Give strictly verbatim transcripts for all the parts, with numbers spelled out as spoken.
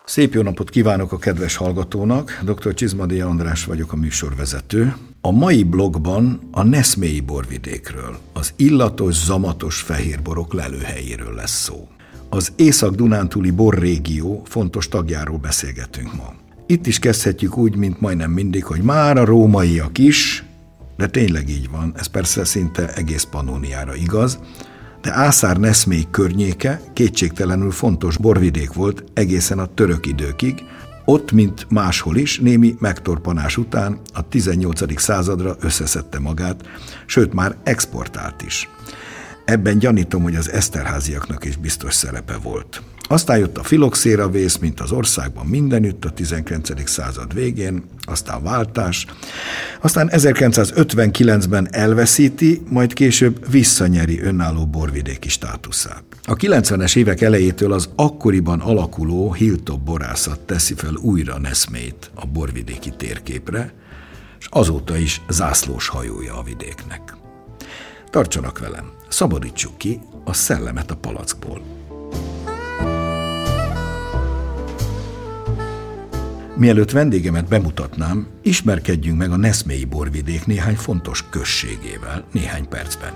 Szép jó napot kívánok a kedves hallgatónak, dr. Csizmadia András vagyok, a műsorvezető. A mai blogban a Neszmélyi borvidékről, az illatos, zamatos fehérborok lelőhelyéről lesz szó. Az Észak-Dunántúli borrégió fontos tagjáról beszélgetünk ma. Itt is kezdhetjük úgy, mint majdnem mindig, hogy már a rómaiak is, de tényleg így van, ez persze szinte egész Pannóniára igaz, de Ászár-Neszmély környéke kétségtelenül fontos borvidék volt egészen a török időkig, ott, mint máshol is, némi megtorpanás után a tizennyolcadik századra összeszedte magát, sőt már exportált is. Ebben gyanítom, hogy az Eszterháziaknak is biztos szerepe volt. Aztán jött a filoxéravész, mint az országban mindenütt a tizenkilencedik század végén, aztán váltás, aztán ezerkilencszázötvenkilencben elveszíti, majd később visszanyeri önálló borvidéki státuszát. A kilencvenes évek elejétől az akkoriban alakuló Hilltop borászat teszi fel újra Neszmélyt a borvidéki térképre, és azóta is zászlós hajója a vidéknek. Tartsanak velem, szabadítsuk ki a szellemet a palackból. Mielőtt vendégemet bemutatnám, ismerkedjünk meg a Neszmélyi borvidék néhány fontos községével néhány percben.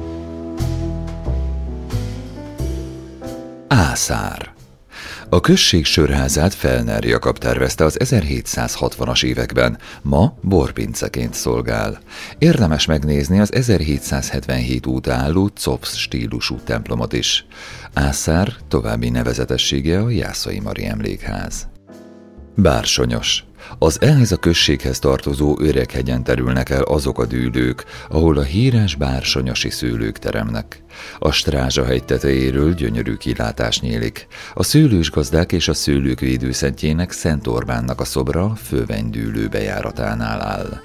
Ászár. A község sörházát Fellner Jakab tervezte az ezerhétszázhatvanas években, ma borpinceként szolgál. Érdemes megnézni az ezerhétszázhetvenhét óta álló Zopf stílusú templomot is. Ászár további nevezetessége a Jászai Mari emlékház. Bársonyos. Az ehhez a községhez tartozó Öreghegyen terülnek el azok a dűlők, ahol a híres bársonyosi szőlők teremnek. A Strázsahegy tetejéről gyönyörű kilátás nyílik. A szőlősgazdák és a szőlők védőszentjének Szent Orbánnak a szobra Fővenydűlő bejáratánál áll.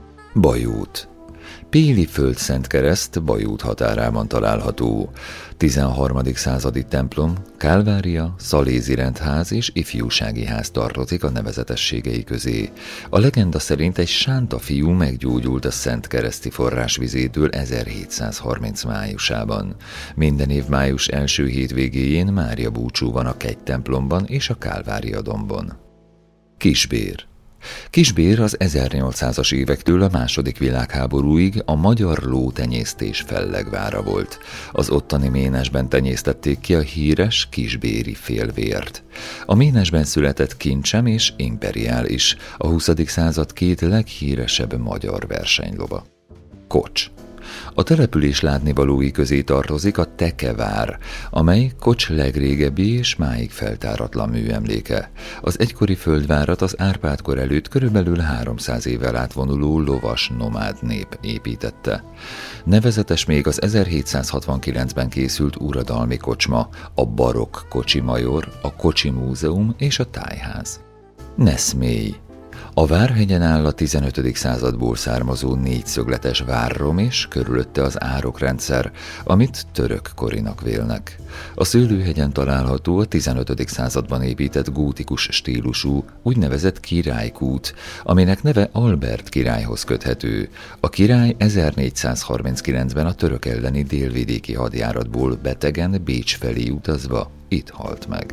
Bajút. Péli Földszentkereszt Bajút határában található. tizenharmadik századi templom, Kálvária, Szalézi rendház és ifjúsági ház tartozik a nevezetességei közé. A legenda szerint egy sánta fiú meggyógyult a Szentkereszti forrásvizétől ezerhétszázharminc májusában. Minden év május első hétvégéjén Mária búcsú van a kegytemplomban és a Kálvária dombon. Kisbér. Kisbér az ezernyolcszázas évektől a második világháborúig a magyar lótenyésztés fellegvára volt. Az ottani Ménesben tenyésztették ki a híres kisbéri félvért. A Ménesben született Kincsem és Imperiál is, a huszadik század két leghíresebb magyar versenylova. Kocs. A település látnivalói közé tartozik a Tekevár, amely Kocs legrégebbi és máig feltáratlan műemléke. Az egykori földvárat az Árpád-kor előtt körülbelül háromszáz évvel átvonuló lovas nomád nép építette. Nevezetes még az ezerhétszázhatvankilencben készült uradalmi kocsma, a barokk kocsimajor, a kocsi múzeum és a tájház. Neszmély. A Várhegyen áll a tizenötödik századból származó négyszögletes várrom és körülötte az árokrendszer, amit török korinak vélnek. A Szőlőhegyen található a tizenötödik században épített gótikus stílusú, úgynevezett királykút, aminek neve Albert királyhoz köthető. A király ezernégyszázharminckilencben a török elleni délvidéki hadjáratból betegen Bécs felé utazva itt halt meg.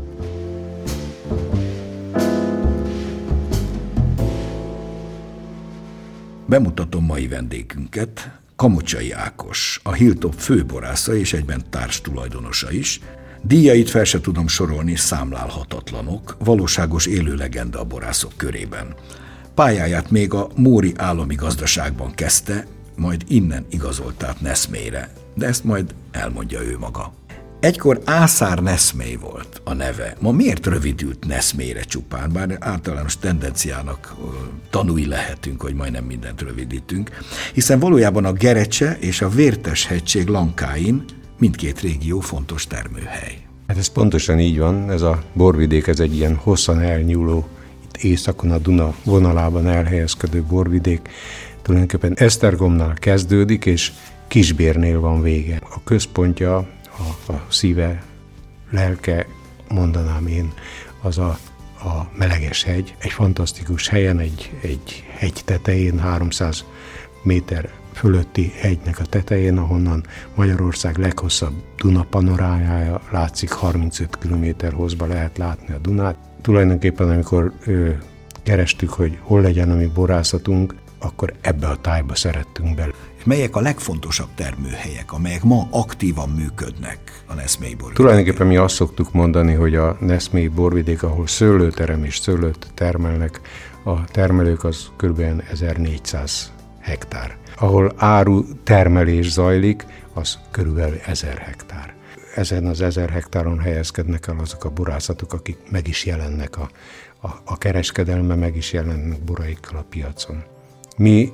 Bemutatom mai vendégünket, Kamocsai Ákos, a Hilltop főborásza és egyben társtulajdonosa is. Díjait fel se tudom sorolni, számlálhatatlanok, valóságos élő legenda a borászok körében. Pályáját még a Móri állami gazdaságban kezdte, majd innen igazolt át Neszmélyre, de ezt majd elmondja ő maga. Egykor Ászár-Neszmély volt a neve. Ma miért rövidült Neszmélyre csupán? Bár általános tendenciának tanúi lehetünk, hogy majdnem mindent rövidítünk, hiszen valójában a Gerecse és a Vértes-hegység lankáin mindkét régió fontos termőhely. Hát ez pontosan így van, ez a borvidék, ez egy ilyen hosszan elnyúló, itt északon a Duna vonalában elhelyezkedő borvidék. Tulajdonképpen Esztergomnál kezdődik, és Kisbérnél van vége. A központja, a, a szíve, lelke, mondanám én, az a, a Meleges-hegy. Egy fantasztikus helyen, egy, egy hegy tetején, háromszáz méter fölötti hegynek a tetején, ahonnan Magyarország leghosszabb Duna panorámája látszik, harmincöt kilométer hosszba lehet látni a Dunát. Tulajdonképpen, amikor ö, kerestük, hogy hol legyen a mi borászatunk, akkor ebbe a tájba szerettünk bele. Melyek a legfontosabb termőhelyek, amelyek ma aktívan működnek a Neszmélyi borvidéken? Tulajdonképpen mi azt szoktuk mondani, hogy a Neszmélyi borvidék, ahol szőlőterem és szőlőt termelnek, a termelők az kb. ezernégyszáz hektár. Ahol áru termelés zajlik, az körülbelül ezer hektár. Ezen az ezer hektáron helyezkednek el azok a borászatok, akik meg is jelennek a, a, a kereskedelme, meg is jelennek boraikkal a piacon. Mi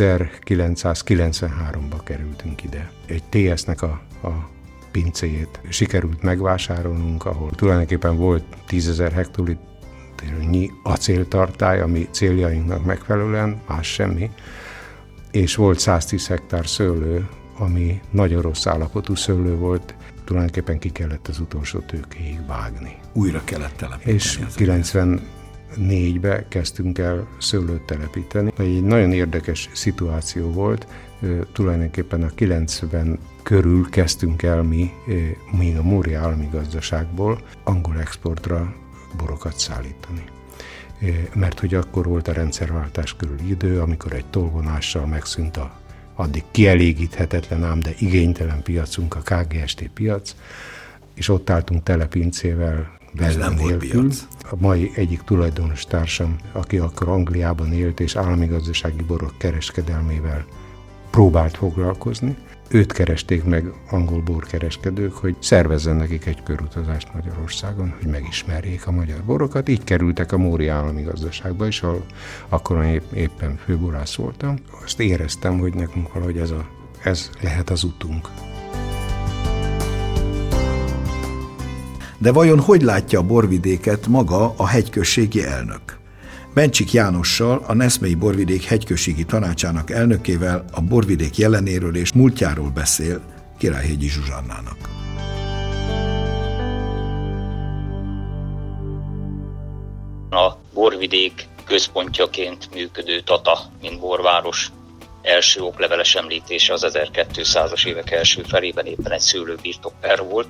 ezerkilencszázkilencvenháromba kerültünk ide. Egy té es-nek a, a pincéjét sikerült megvásárolnunk, ahol tulajdonképpen volt tízezer hektoliternyi acéltartály, ami céljainknak megfelelően, más semmi, és volt száztíz hektár szőlő, ami nagyon rossz állapotú szőlő volt, tulajdonképpen ki kellett az utolsó tőkéig vágni. Újra kellett telepíteni. És kilencvennégyben kezdtünk el szőlőt telepíteni. Egy nagyon érdekes szituáció volt, tulajdonképpen a kilencven körül kezdtünk el mi, még a Móri Állami Gazdaságból angol exportra borokat szállítani. Mert hogy akkor volt a rendszerváltás körüli idő, amikor egy tolvonással megszűnt a addig kielégíthetetlen, ám de igénytelen piacunk, a ká gé es té piac, és ott álltunk telepincével, nem volt piac. A mai egyik tulajdonos társam, aki akkor Angliában élt, és állami gazdasági borok kereskedelmével próbált foglalkozni, őt keresték meg angol borkereskedők, hogy szervezzen nekik egy körutazást Magyarországon, hogy megismerjék a magyar borokat. Így kerültek a Móri Állami Gazdaságba is, ahol akkor épp, éppen főborász voltam. Azt éreztem, hogy nekünk valahogy ez, a, ez lehet az utunk. De vajon hogy látja a borvidéket maga a hegyközségi elnök? Bencsik Jánossal, a Neszmélyi Borvidék hegyközségi tanácsának elnökével a borvidék jelenéről és múltjáról beszél Királyhegyi Zsuzsannának. A borvidék központjaként működő Tata, mint borváros, első okleveles említése az ezerkétszázas évek első felében éppen egy szőlőbirtokper volt,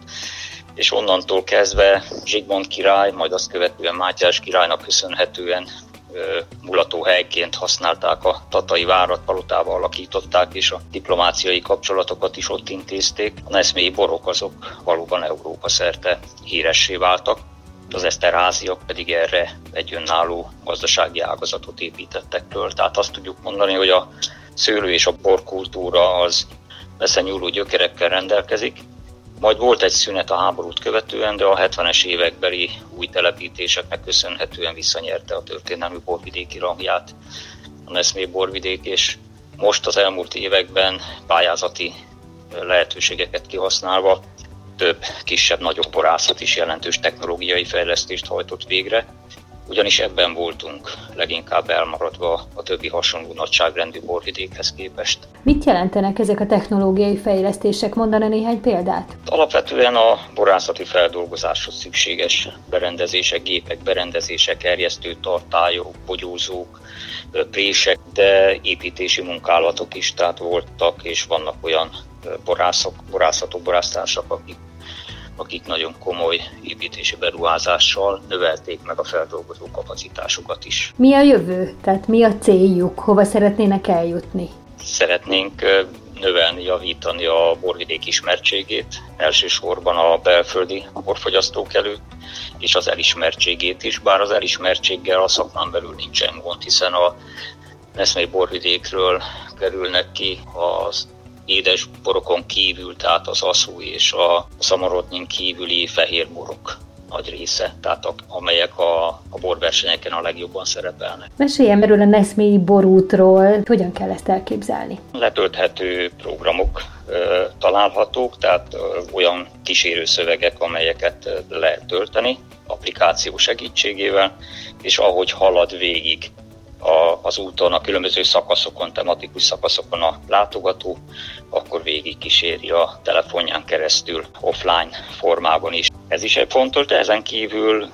és onnantól kezdve Zsigmond király, majd azt követően Mátyás királynak köszönhetően mulatóhelyként használták a tatai várat, palotába alakították, és a diplomáciai kapcsolatokat is ott intézték. A neszmélyi borok azok valóban Európa szerte híressé váltak, az eszterháziak pedig erre egy önálló gazdasági ágazatot építettek föl. Tehát azt tudjuk mondani, hogy a szőlő és a borkultúra az messze nyúló gyökerekkel rendelkezik. Majd volt egy szünet a háborút követően, de a hetvenes évekbeli új telepítéseknek köszönhetően visszanyerte a történelmi borvidéki rangját a Neszmélyi borvidék, és most az elmúlt években pályázati lehetőségeket kihasználva több kisebb-nagyobb borászat is jelentős technológiai fejlesztést hajtott végre, ugyanis ebben voltunk leginkább elmaradva a többi hasonló nagyságrendű borvidékhez képest. Mit jelentenek ezek a technológiai fejlesztések? Mondana néhány példát? Alapvetően a borászati feldolgozáshoz szükséges berendezések, gépek, berendezések, erjesztő tartályok, bogyózók, prések, de építési munkálatok is, tehát voltak és vannak olyan borászok, borászatok, borásztársak, akik akik nagyon komoly építési beruházással növelték meg a feldolgozó kapacitásukat is. Mi a jövő? Tehát mi a céljuk? Hova szeretnének eljutni? Szeretnénk növelni, javítani a borvidék ismertségét, elsősorban a belföldi borfogyasztók előtt, és az elismertségét is, bár az elismertséggel a szakmán belül nincsen gond, hiszen a Neszmélyi borvidékről kerülnek ki az édes borokon kívül, tehát az aszú és a szamorodnin kívüli fehér borok nagy része, tehát a, amelyek a, a borversenyeken a legjobban szerepelnek. Meséljen erről a Neszmélyi borútról, hogyan kell ezt elképzelni? Letölthető programok ö, találhatók, tehát ö, olyan kísérő szövegek, amelyeket lehet tölteni applikáció segítségével, és ahogy halad végig A, az úton, a különböző szakaszokon, tematikus szakaszokon a látogató, akkor végig kíséri a telefonján keresztül, offline formában is. Ez is egy fontos, de ezen kívül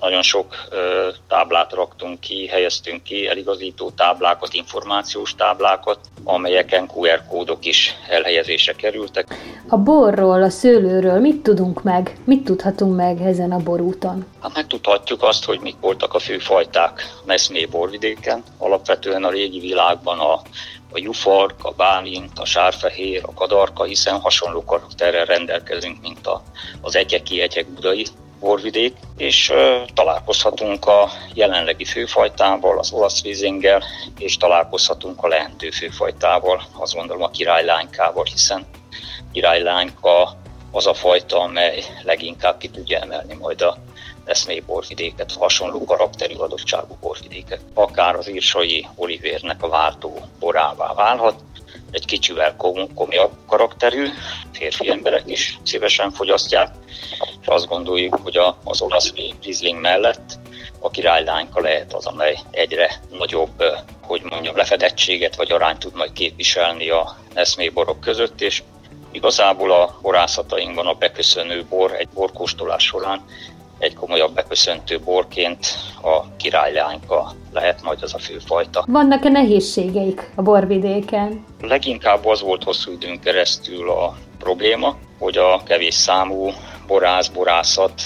nagyon sok ö, táblát raktunk ki, helyeztünk ki, eligazító táblákat, információs táblákat, amelyeken kú er kódok is elhelyezésre kerültek. A borról, a szőlőről mit tudunk meg? Mit tudhatunk meg ezen a borúton? Hát megtudhatjuk azt, hogy mik voltak a fő fajták Neszmélyi borvidéken. Alapvetően a régi világban a a jufark, a bálint, a sárfehér, a kadarka, hiszen hasonló karakterrel rendelkezünk, mint a, az egyeki, egyek-budai borvidék, és ö, találkozhatunk a jelenlegi főfajtával, az olasz vízinggel, és találkozhatunk a leendő főfajtával, azt gondolom a királylánykával, hiszen királylányka az a fajta, amely leginkább ki tudja emelni majd a Neszmélyi borvidéket, hasonló karakterű adottságú borvidéket. Akár az írsai olivérnek a váltó borává válhat, egy kicsivel komolyabb karakterű, férfi emberek is szívesen fogyasztják, és azt gondoljuk, hogy az olasz Riesling mellett a királylányka lehet az, amely egyre nagyobb, hogy mondjam, lefedettséget vagy arányt tud majd képviselni a Neszmélyi borok között, és igazából a borászatainkban a beköszönő bor egy borkóstolás során egy komolyabb beköszöntő borként a királylányka lehet majd az a főfajta. Vannak-e nehézségeik a borvidéken? Leginkább az volt hosszú időn keresztül a probléma, hogy a kevés számú borász, borászat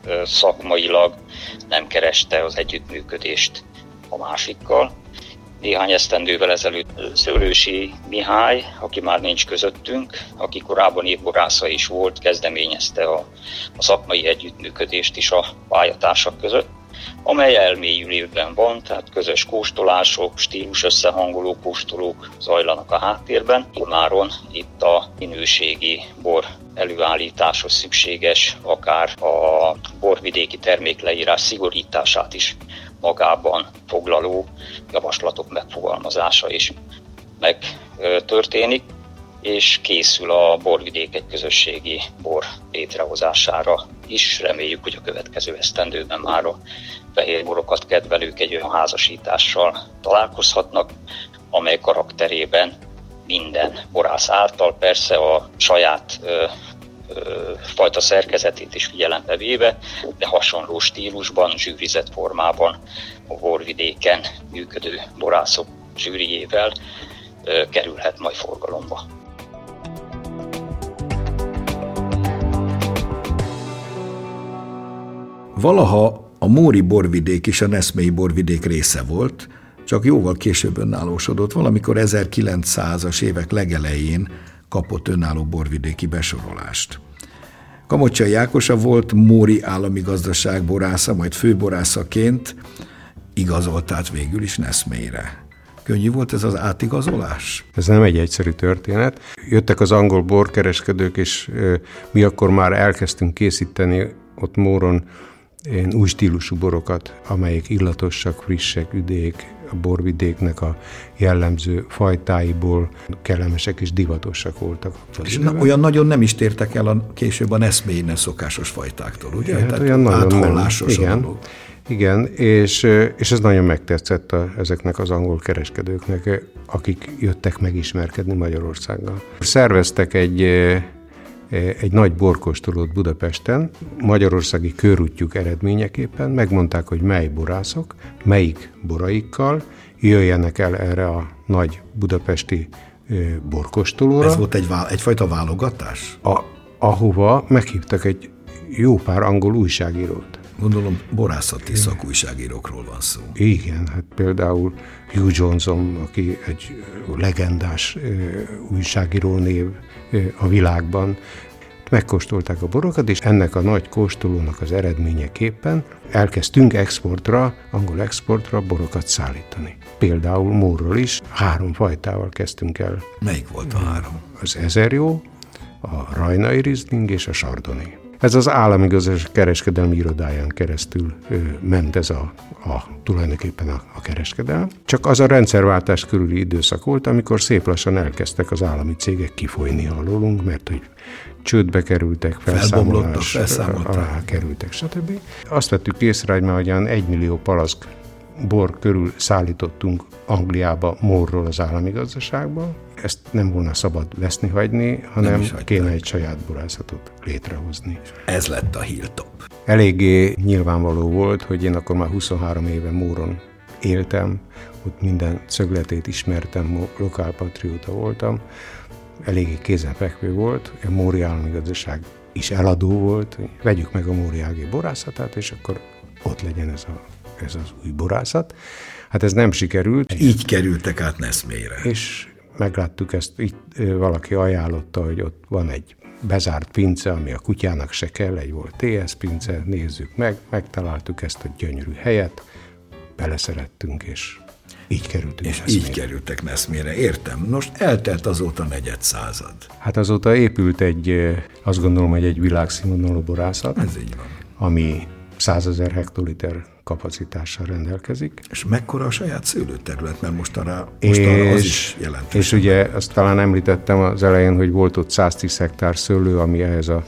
szakmailag nem kereste az együttműködést a másikkal. Néhány esztendővel ezelőtt Szőlősi Mihály, aki már nincs közöttünk, aki korábban évborásza is volt, kezdeményezte a, a szakmai együttműködést is a pályatársak között, amely elmélyülésben van, tehát közös kóstolások, stílus összehangoló kóstolók zajlanak a háttérben. Imáron itt a minőségi bor előállításhoz szükséges, akár a borvidéki termékleírás szigorítását is magában foglaló javaslatok megfogalmazása is megtörténik, és készül a borvidék egy közösségi bor létrehozására is. Reméljük, hogy a következő esztendőben már a fehér borokat kedvelők egy olyan házasítással találkozhatnak, amely karakterében minden borász által, persze a saját ö, ö, fajta szerkezetét is figyelembe véve, de hasonló stílusban, zsűrizett formában a borvidéken működő borászok zsűriével ö, kerülhet majd forgalomba. Valaha a móri borvidék is a neszmélyi borvidék része volt, csak jóval később önállósodott, valamikor ezerkilencszázas évek legelején kapott önálló borvidéki besorolást. Kamocsai Ákos a volt móri állami gazdaság borásza, majd főborászaként igazolt át végül is Neszmélyre. Könnyű volt ez az átigazolás? Ez nem egy egyszerű történet. Jöttek az angol borkereskedők, és mi akkor már elkezdtünk készíteni ott Móron én új stílusú borokat, amelyek illatosak, frissek, üdék, a borvidéknek a jellemző fajtáiból kellemesek és divatosak voltak. És na, olyan nagyon nem is tértek el a, később a Neszmélyen szokásos fajtáktól, ugye? Hát Tehát olyan nagyon nem. Igen, dolog. igen és, és ez nagyon megtetszett a, ezeknek az angol kereskedőknek, akik jöttek megismerkedni Magyarországgal. Szerveztek egy egy nagy borkóstolót Budapesten, magyarországi körútjuk eredményeképpen, megmondták, hogy mely borászok, melyik boraikkal jöjjenek el erre a nagy budapesti borkóstolóra. Ez volt egy, egyfajta válogatás? A, ahova meghívtak egy jó pár angol újságírót. Gondolom borászati szakújságírókról van szó. Igen, hát például Hugh Johnson, aki egy legendás újságíró név a világban, megkóstolták a borokat, és ennek a nagy kóstolónak az eredményeképpen elkezdtünk exportra, angol exportra borokat szállítani. Például Mórról is három fajtával kezdtünk el. Melyik volt a három? Az Ezerjó, a Rajnai Riesling és a Chardonnay. Ez az állami kereskedelmi irodáján keresztül ő, ment ez a, a tulajdonképpen a, a kereskedelem. Csak az a rendszerváltás körüli időszak volt, amikor szép lassan elkezdtek az állami cégek kifolyni alólunk, mert hogy csődbe kerültek, felszámolás alá kerültek, stb. Azt vettük észre, hogy már olyan egymillió palack bor körül szállítottunk Angliába, Mórról az állami gazdaságba. Ezt nem volna szabad veszni hagyni, hanem kéne egy saját borászatot létrehozni. Ez lett a Hilltop. Eléggé nyilvánvaló volt, hogy én akkor már huszonhárom éve Móron éltem, ott minden szögletét ismertem, lokálpatrióta voltam, eléggé kézenfekvő volt, a Móri Állami Gazdaság is eladó volt, vegyük meg a Móri ágé borászatát, és akkor ott legyen ez, a, ez az új borászat. Hát ez nem sikerült. Így kerültek át Neszmélyre. És megláttuk ezt, itt valaki ajánlotta, hogy ott van egy bezárt pince, ami a kutyának se kell, egy volt té es pince, nézzük meg, megtaláltuk ezt a gyönyörű helyet, beleszerettünk, és így kerültünk És Neszmére. így kerültek Neszmére, értem. Most eltelt azóta negyed század. Hát azóta épült egy, azt gondolom, hogy egy világszínvonalú borászat, Ez így van. ami százezer hektoliter kapacitással rendelkezik. És mekkora a saját szőlőterület, mert mostanra, mostanra az is jelentős. És ugye azt talán említettem az elején, hogy volt ott száztíz hektár szőlő, ami ehhez a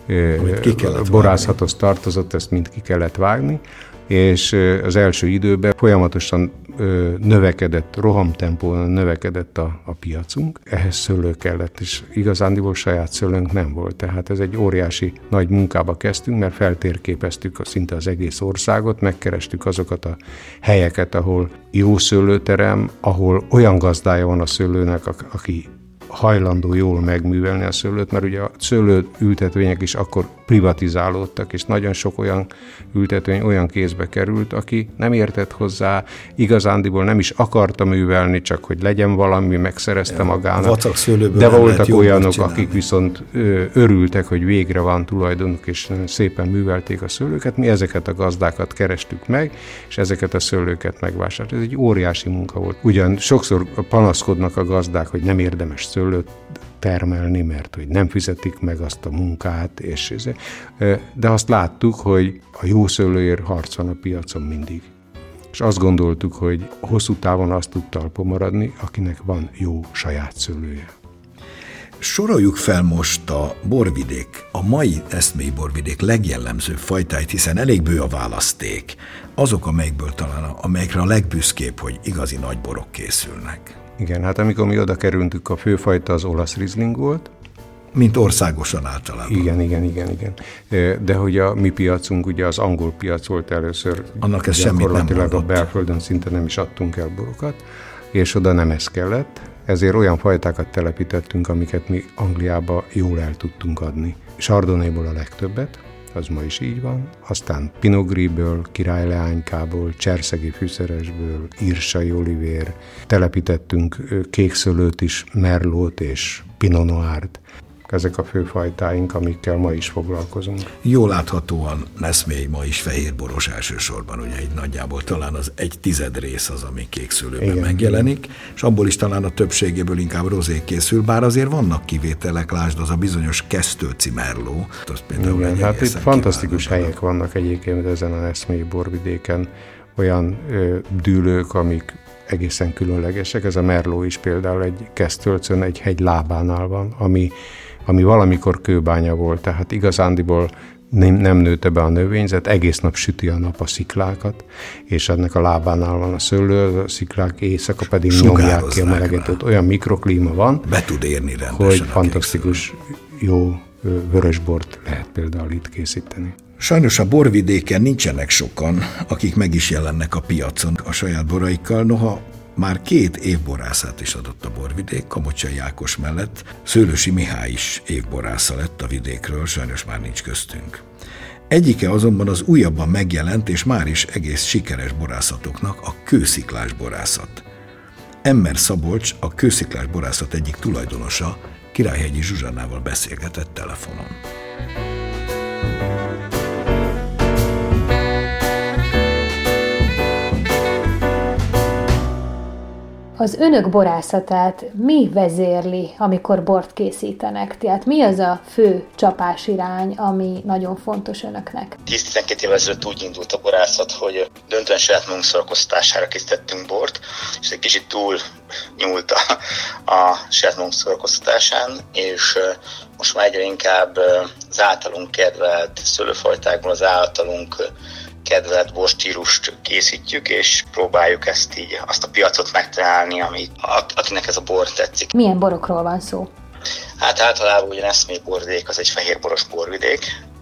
borászathoz tartozott, ezt mind ki kellett vágni, és az első időben folyamatosan növekedett, rohamtempóan növekedett a, a piacunk. Ehhez szőlő kellett, és igazándiból saját szőlőnk nem volt. Tehát ez egy óriási nagy munkába kezdtünk, mert feltérképeztük szinte az egész országot, megkerestük azokat a helyeket, ahol jó szőlőterem, ahol olyan gazdája van a szőlőnek, aki hajlandó jól megművelni a szőlőt, mert ugye a szőlőültetvények is akkor privatizálódtak, és nagyon sok olyan ültetvény olyan kézbe került, aki nem értett hozzá, igazándiból nem is akarta művelni, csak hogy legyen valami, megszerezte magának. De voltak olyanok, akik viszont örültek, hogy végre van tulajdonuk, és szépen művelték a szőlőket. Mi ezeket a gazdákat kerestük meg, és ezeket a szőlőket megvásároltuk. Ez egy óriási munka volt. Ugyan sokszor panaszkodnak a gazdák, hogy nem érdemes szőlőt termelni, mert hogy nem fizetik meg azt a munkát, és, de azt láttuk, hogy a jó szőlőért harc van a piacon mindig. És azt gondoltuk, hogy hosszú távon azt tud talpon maradni, akinek van jó saját szőlője. Soroljuk fel most a borvidék, a mai eszmélyi borvidék legjellemzőbb fajtáit, hiszen elég bő a választék. Azok, amelyekből talán, amelyekre a legbüszkébb, hogy igazi nagy borok készülnek. Igen, hát amikor mi oda kerültünk, a főfajta az olasz Riesling volt. Mint országosan általában. Igen, igen, igen, igen. De hogy a mi piacunk, ugye az angol piac volt először. Annak ez semmit nem mondott. A belföldön szinte nem is adtunk el borokat, és oda nem ez kellett. Ezért olyan fajtákat telepítettünk, amiket mi Angliába jól el tudtunk adni. Chardonnayból a legtöbbet, az ma is így van. Aztán Pinot Grigből, Királyleánykából, Cserszegi Fűszeresből, Irsai Olivér. Telepítettünk kékszőlőt is, Merlót és Pinot Noirt. Ezek a fő fajtáink, amikkel ma is foglalkozunk. Jól láthatóan Neszmély ma is fehérboros elsősorban, ugye így nagyjából talán az egy tized rész az, ami kékszőlőben igen, megjelenik, igen. És abból is talán a többségéből inkább rozé készül, bár azért vannak kivételek, lásd az a bizonyos Kesztőci Merló. Igen, hát itt fantasztikus helyek vannak egyébként ezen a Neszmélyi borvidéken, olyan ö, dűlők, amik egészen különlegesek. Ez a Merló is például egy Kesztölcön, egy hegy lábánál van, ami ami valamikor kőbánya volt, tehát igazándiból nem, nem nőtte be a növényzet, egész nap süti a nap a sziklákat, és ennek a lábánál van a szőlő, a sziklák éjszaka pedig nyomják ki a meleget. Olyan mikroklíma van, be tud érni rendesen, hogy fantasztikus jó vörösbort lehet például itt készíteni. Sajnos a borvidéken nincsenek sokan, akik meg is jelennek a piacon a saját boraikkal, noha már két évborászát is adott a borvidék, Kamocsai Ákos mellett. Szőlősi Mihály is évborásza lett a vidékről, sajnos már nincs köztünk. Egyike azonban az újabban megjelent és már is egész sikeres borászatoknak a kősziklás borászat. Emmer Szabolcs, a kősziklás borászat egyik tulajdonosa, Királyhegyi Zsuzsannával beszélgetett telefonon. Az önök borászatát mi vezérli, amikor bort készítenek? Tehát mi az a fő csapásirány, ami nagyon fontos önöknek? tíz-tizenkét évvel ezelőtt úgy indult a borászat, hogy döntően saját magunk szórakoztatására készítettünk bort, és egy kicsit túl nyúlt a, a saját magunk szórakoztatásán, és most már egyre inkább az általunk kedvelt szőlőfajtákból az általunk kedvelt borstílust készítjük, és próbáljuk ezt így, azt a piacot megtalálni, ami, akinek ez a bor tetszik. Milyen borokról van szó? Hát általában ugye Neszmély borvidék az egy fehérboros borvidék,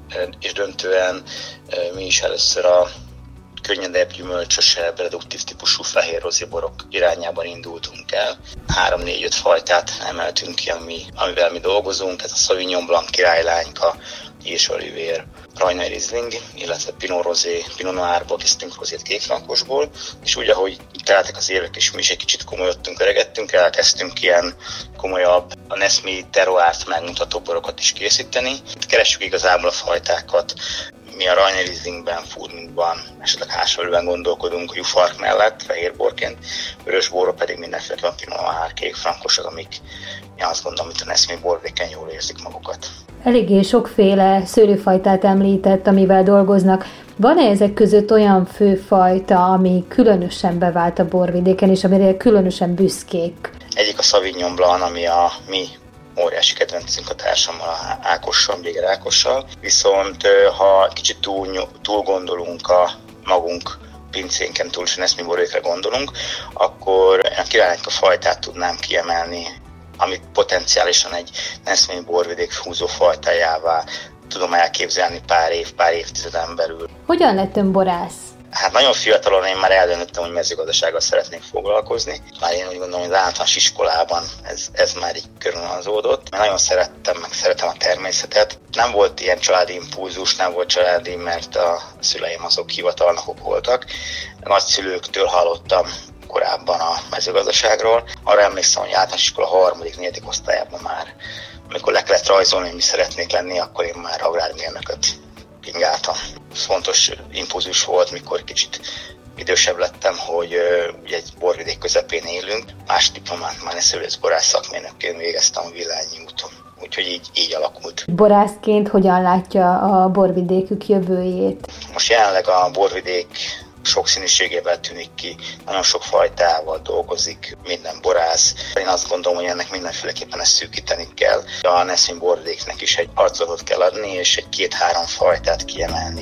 és döntően mi is először a könnyedebb, gyümölcsösebb, reduktív típusú fehér roziborok irányában indultunk el. Három, négy, öt fajtát emeltünk ki, ami, amivel mi dolgozunk, tehát a Sauvignon Blanc, királylányka, és Olivér, Rajnai Riesling, illetve Pinot Rosé, Pinot Noirból készítünk rozét kékfrankosból, és úgy, ahogy teltek az évek, és mi is egy kicsit komolyodtunk, öregettünk, elkezdtünk ilyen komolyabb, a Nesmée terroárt megmutató borokat is készíteni. Keressük igazából a fajtákat. Mi a Rajnai Rieslingben, Furmintban, esetleg Hársfelőben gondolkodunk a jufark mellett, fehérborként, vörösborról pedig mindenféle a Pinot Noir, kékfrankosok, amik én azt gondolom, hogy a Nesmée borvidéken jól érzik magukat. Eléggé sokféle szőlőfajtát említett, amivel dolgoznak. Van-e ezek között olyan főfajta, ami különösen bevált a borvidéken, és amire különösen büszkék? Egyik a Sauvignon Blanc, ami a mi óriási kedvencünk a társammal, Ákossal, Béger Ákossal. Viszont ha kicsit túl, túl gondolunk a magunk pincénken, túl is a Nesmée borvidékre gondolunk, akkor a királylányka fajtát tudnám kiemelni, amit potenciálisan egy Nesmée borvidék húzó fajtájává tudom elképzelni pár év, pár évtizeden belül. Hogyan lett ön borász? Hát nagyon fiatalon én már eldöntöttem, hogy mezőgazdasággal szeretnék foglalkozni. Már én úgy gondolom, hogy az általános iskolában ez, ez már így körülazódott. Mert nagyon szerettem, meg szeretem a természetet. Nem volt ilyen családi impulzus, nem volt családi, mert a szüleim azok hivatalnokok voltak. Nagyszülőktől hallottam korábban a mezőgazdaságról. Arra emlékszem, hogy általános iskola harmadik, negyedik osztályában már, amikor le kellett rajzolni, hogy mi szeretnék lenni, akkor én már agrármérnököt pingáltam. Fontos impulzus volt, mikor kicsit idősebb lettem, hogy ugye egy borvidék közepén élünk. Más diplomát már szőlőszborász szakmérnökként végeztem a Villányi úton. Úgyhogy így, így alakult. Borászként hogyan látja a borvidékük jövőjét? Most jelenleg a borvidék sokszínűségével tűnik ki, nagyon sok fajtával dolgozik minden borász. Én azt gondolom, hogy ennek mindenféleképpen ezt szűkíteni kell. A Nesmée borvidéknek is egy arculatot kell adni, és egy két-három fajtát kiemelni.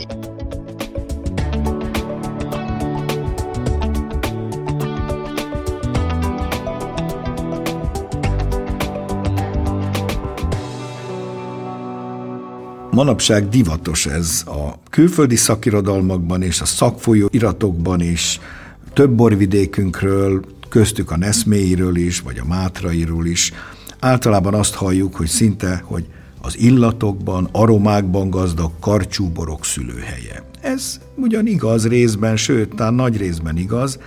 Manapság divatos ez a külföldi szakirodalmakban és a szakfolyó iratokban is, több borvidékünkről, köztük a Nesméiről is, vagy a Mátrairól is. Általában azt halljuk, hogy szinte, hogy az illatokban, aromákban gazdag karcsúborok szülőhelye. Ez ugyan igaz részben, sőt, talán nagy részben igaz,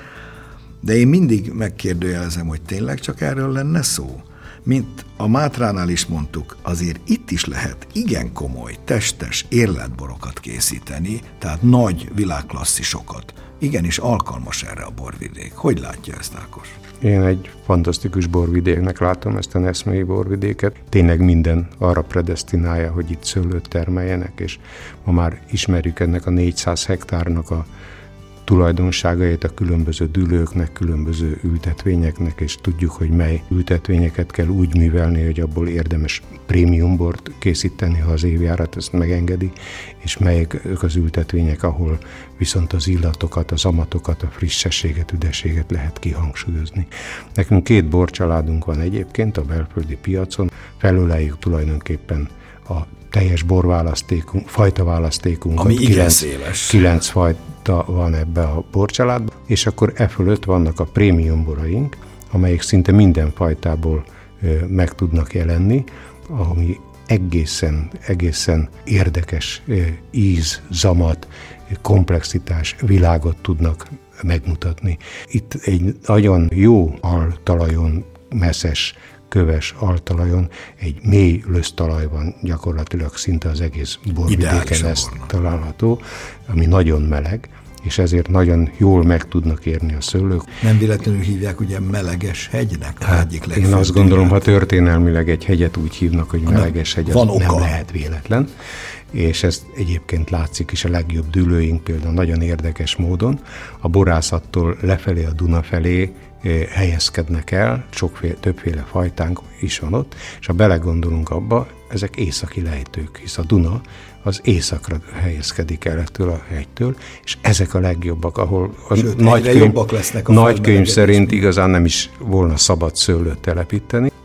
de én mindig megkérdőjelezem, hogy tényleg csak erről lenne szó. Mint a Mátránál is mondtuk, azért itt is lehet igen komoly, testes érletborokat készíteni, tehát nagy világklasszisokat. Igenis alkalmas erre a borvidék. Hogy látja ezt, Ákos? Én egy fantasztikus borvidéknek látom ezt a Nesmée borvidéket. Tényleg minden arra predesztinálja, hogy itt szőlőt termeljenek, és ma már ismerjük ennek a négyszáz hektárnak a tulajdonságait a különböző dülőknek, különböző ültetvényeknek, és tudjuk, hogy mely ültetvényeket kell úgy művelni, hogy abból érdemes prémiumbort készíteni, ha az évjárat ezt megengedi, és melyek az ültetvények, ahol viszont az illatokat, az amatokat, a frissességet, üdeséget lehet kihangsúlyozni. Nekünk két borcsaládunk van egyébként a belföldi piacon, felöleljük tulajdonképpen a teljes borválasztékunk, fajtaválasztékunk. Ami igen kilenc, széles. Kilenc fajta van ebbe a borcsaládban, és akkor e fölött vannak a prémium boraink, amelyek szinte minden fajtából ö, meg tudnak jelenni, ami egészen, egészen érdekes ö, íz, zamat, komplexitás, világot tudnak megmutatni. Itt egy nagyon jó altalajon, messzes, köves altalajon egy mély lösztalaj van, gyakorlatilag szinte az egész borvidéken ez található, ami nagyon meleg, és ezért nagyon jól meg tudnak érni a szőlők. Nem véletlenül hívják ugye meleges hegynek? Hát, egyik én azt gondolom, ha történelmileg egy hegyet úgy hívnak, hogy meleges hegy, az nem lehet véletlen. És ez egyébként látszik is a legjobb dűlőink például nagyon érdekes módon. A borászattól lefelé a Duna felé helyezkednek el, sokféle, többféle fajtánk is van ott, és ha belegondolunk abba, ezek északi lejtők, hisz a Duna az északra helyezkedik el ettől a hegytől, és ezek a legjobbak, ahol a Sőt, nagykönyv, lesznek a nagykönyv szerint igazán nem is volna szabad szőlőt telepíteni.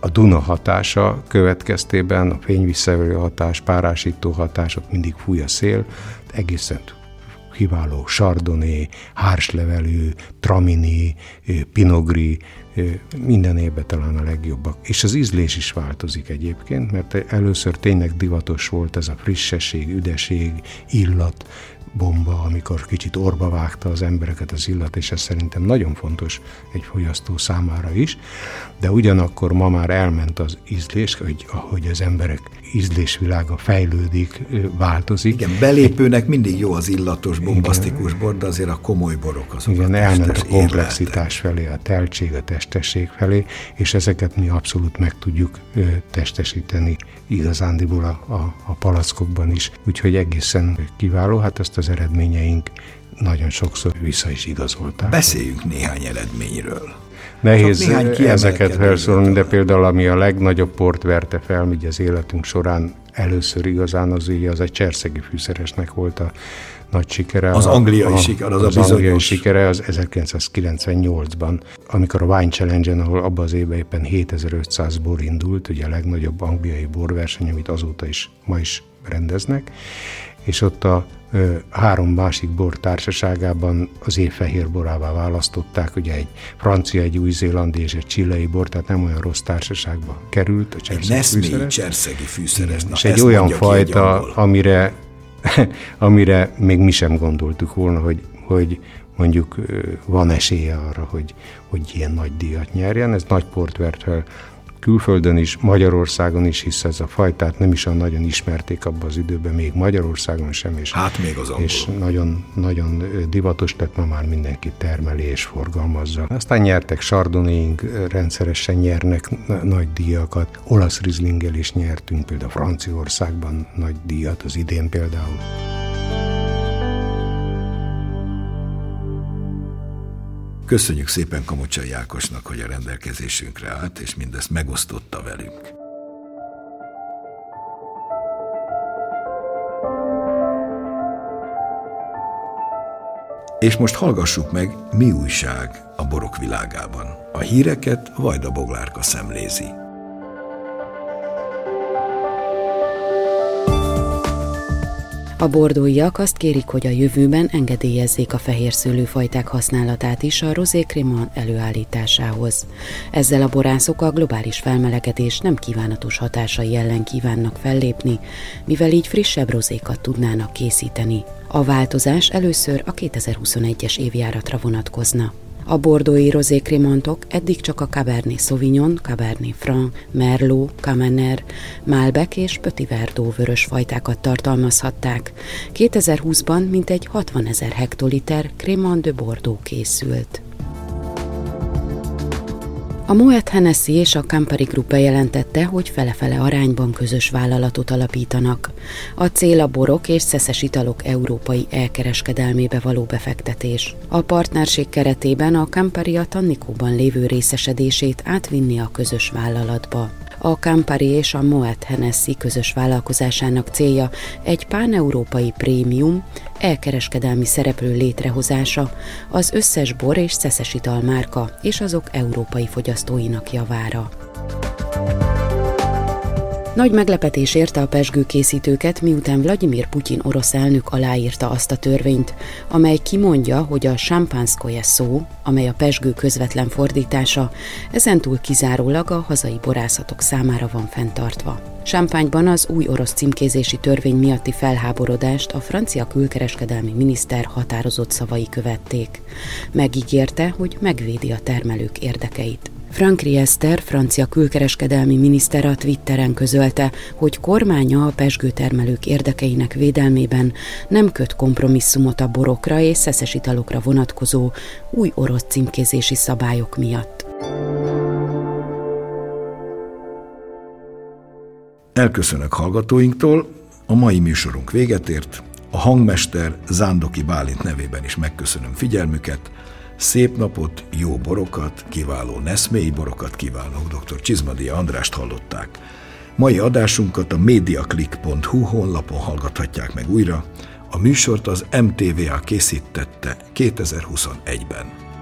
a Duna hatása következtében, a fényvisszaverő hatás, párásító hatások, mindig fúj a szél, egészen kiváló Chardonnay, hárslevelű, Tramini, Pinot Gris, minden évben talán a legjobbak. És az ízlés is változik egyébként, mert először tényleg divatos volt ez a frissesség, üdeség, illat, bomba, amikor kicsit orba vágta az embereket az illat, és ez szerintem nagyon fontos egy fogyasztó számára is, de ugyanakkor ma már elment az ízlés, hogy ahogy az emberek ízlésvilága fejlődik, változik. Igen, belépőnek mindig jó az illatos, bombasztikus bor, de azért a komoly borok azok. Igen, elment a komplexitás felé, a teltség, a testesség felé, és ezeket mi abszolút meg tudjuk testesíteni igazándiból a, a, a palackokban is. Úgyhogy egészen kiváló, hát ezt az eredményeink nagyon sokszor vissza is igazolták. Beszéljünk néhány eredményről. Nehéz ezeket felszólni, de például ami a legnagyobb port verte fel, így az életünk során először igazán az ugye az egy cserszegi fűszeresnek volt a nagy sikere. Az angliai a, siker, az, az a bizonyos. angliai sikere az ezerkilencszázkilencvennyolcban, amikor a Wine Challenge-en, ahol abban az évben éppen hétezer-ötszáz bor indult, ugye a legnagyobb angliai borverseny, amit azóta is, ma is rendeznek, és ott a ö, három másik bor társaságában az év fehér borává választották, ugye egy francia, egy új-zélandi és egy chilei bor, tehát nem olyan rossz társaságba került a cserszegi fűszeres. cserszegi fűszeres. Na, és egy olyan fajta, amire, amire még mi sem gondoltuk volna, hogy, hogy mondjuk van esélye arra, hogy, hogy ilyen nagy díjat nyerjen. Ez nagy port vert fel külföldön is, Magyarországon is, hisz ez a fajtát nem is olyan nagyon ismerték abban az időben, még Magyarországon sem, és, hát még az és nagyon, nagyon divatos lett, ma már mindenki termeli és forgalmazza. Aztán nyertek Chardonnay-ink, rendszeresen nyernek nagy díjakat, olasz Rieslinggel is nyertünk, például Franciaországban nagy díjat, az idén például. Köszönjük szépen Kamocsai Ákosnak, hogy a rendelkezésünkre állt, és mindezt megosztotta velünk. És most hallgassuk meg, mi újság a borok világában. A híreket Vajda Boglárka szemlézi. A bordóiak azt kérik, hogy a jövőben engedélyezzék a fehér szőlőfajták használatát is a Rosé Crémant előállításához. Ezzel a borászok a globális felmelegedés nem kívánatos hatásai ellen kívánnak fellépni, mivel így frissebb rozékat tudnának készíteni. A változás először a kétezer-huszonegyes évjáratra vonatkozna. A bordói Rosé Crémantok eddig csak a Cabernet Sauvignon, Cabernet Franc, Merlot, Cabernet, Malbec és Petit Verdot vörös fajtákat tartalmazhatták. kétezer-húszban mintegy hatvanezer hektoliter Crémant de Bordeaux készült. A Moet Hennessy és a Campari Group bejelentette, hogy fele-fele arányban közös vállalatot alapítanak. A cél a borok és szeszes italok európai elkereskedelmébe való befektetés. A partnerség keretében a Campari a Tannicóban lévő részesedését átvinni a közös vállalatba. A Campari és a Moet Hennessy közös vállalkozásának célja egy páneurópai prémium, elkereskedelmi szereplő létrehozása az összes bor és szeszes ital márka és azok európai fogyasztóinak javára. Nagy meglepetés érte a pezsgőkészítőket, miután Vladimir Putyin orosz elnök aláírta azt a törvényt, amely kimondja, hogy a Sampanskoje szó, amely a pezsgő közvetlen fordítása, ezentúl kizárólag a hazai borászatok számára van fenntartva. Champagne-ban az új orosz címkézési törvény miatti felháborodást a francia külkereskedelmi miniszter határozott szavai követték. Megígérte, hogy megvédi a termelők érdekeit. Frank Riester, francia külkereskedelmi miniszter a Twitteren közölte, hogy kormánya a pezsgőtermelők érdekeinek védelmében nem köt kompromisszumot a borokra és szeszes italokra vonatkozó új orosz címkézési szabályok miatt. Elköszönök hallgatóinktól, a mai műsorunk véget ért, a hangmester Zándoki Bálint nevében is megköszönöm figyelmüket, szép napot, jó borokat, kiváló neszmélyi borokat kívánok, dr. Csizmadia Andrást hallották. Mai adásunkat a mediaclick pont hu honlapon hallgathatják meg újra, a műsort az em té vé á készítette kétezer-huszonegyben.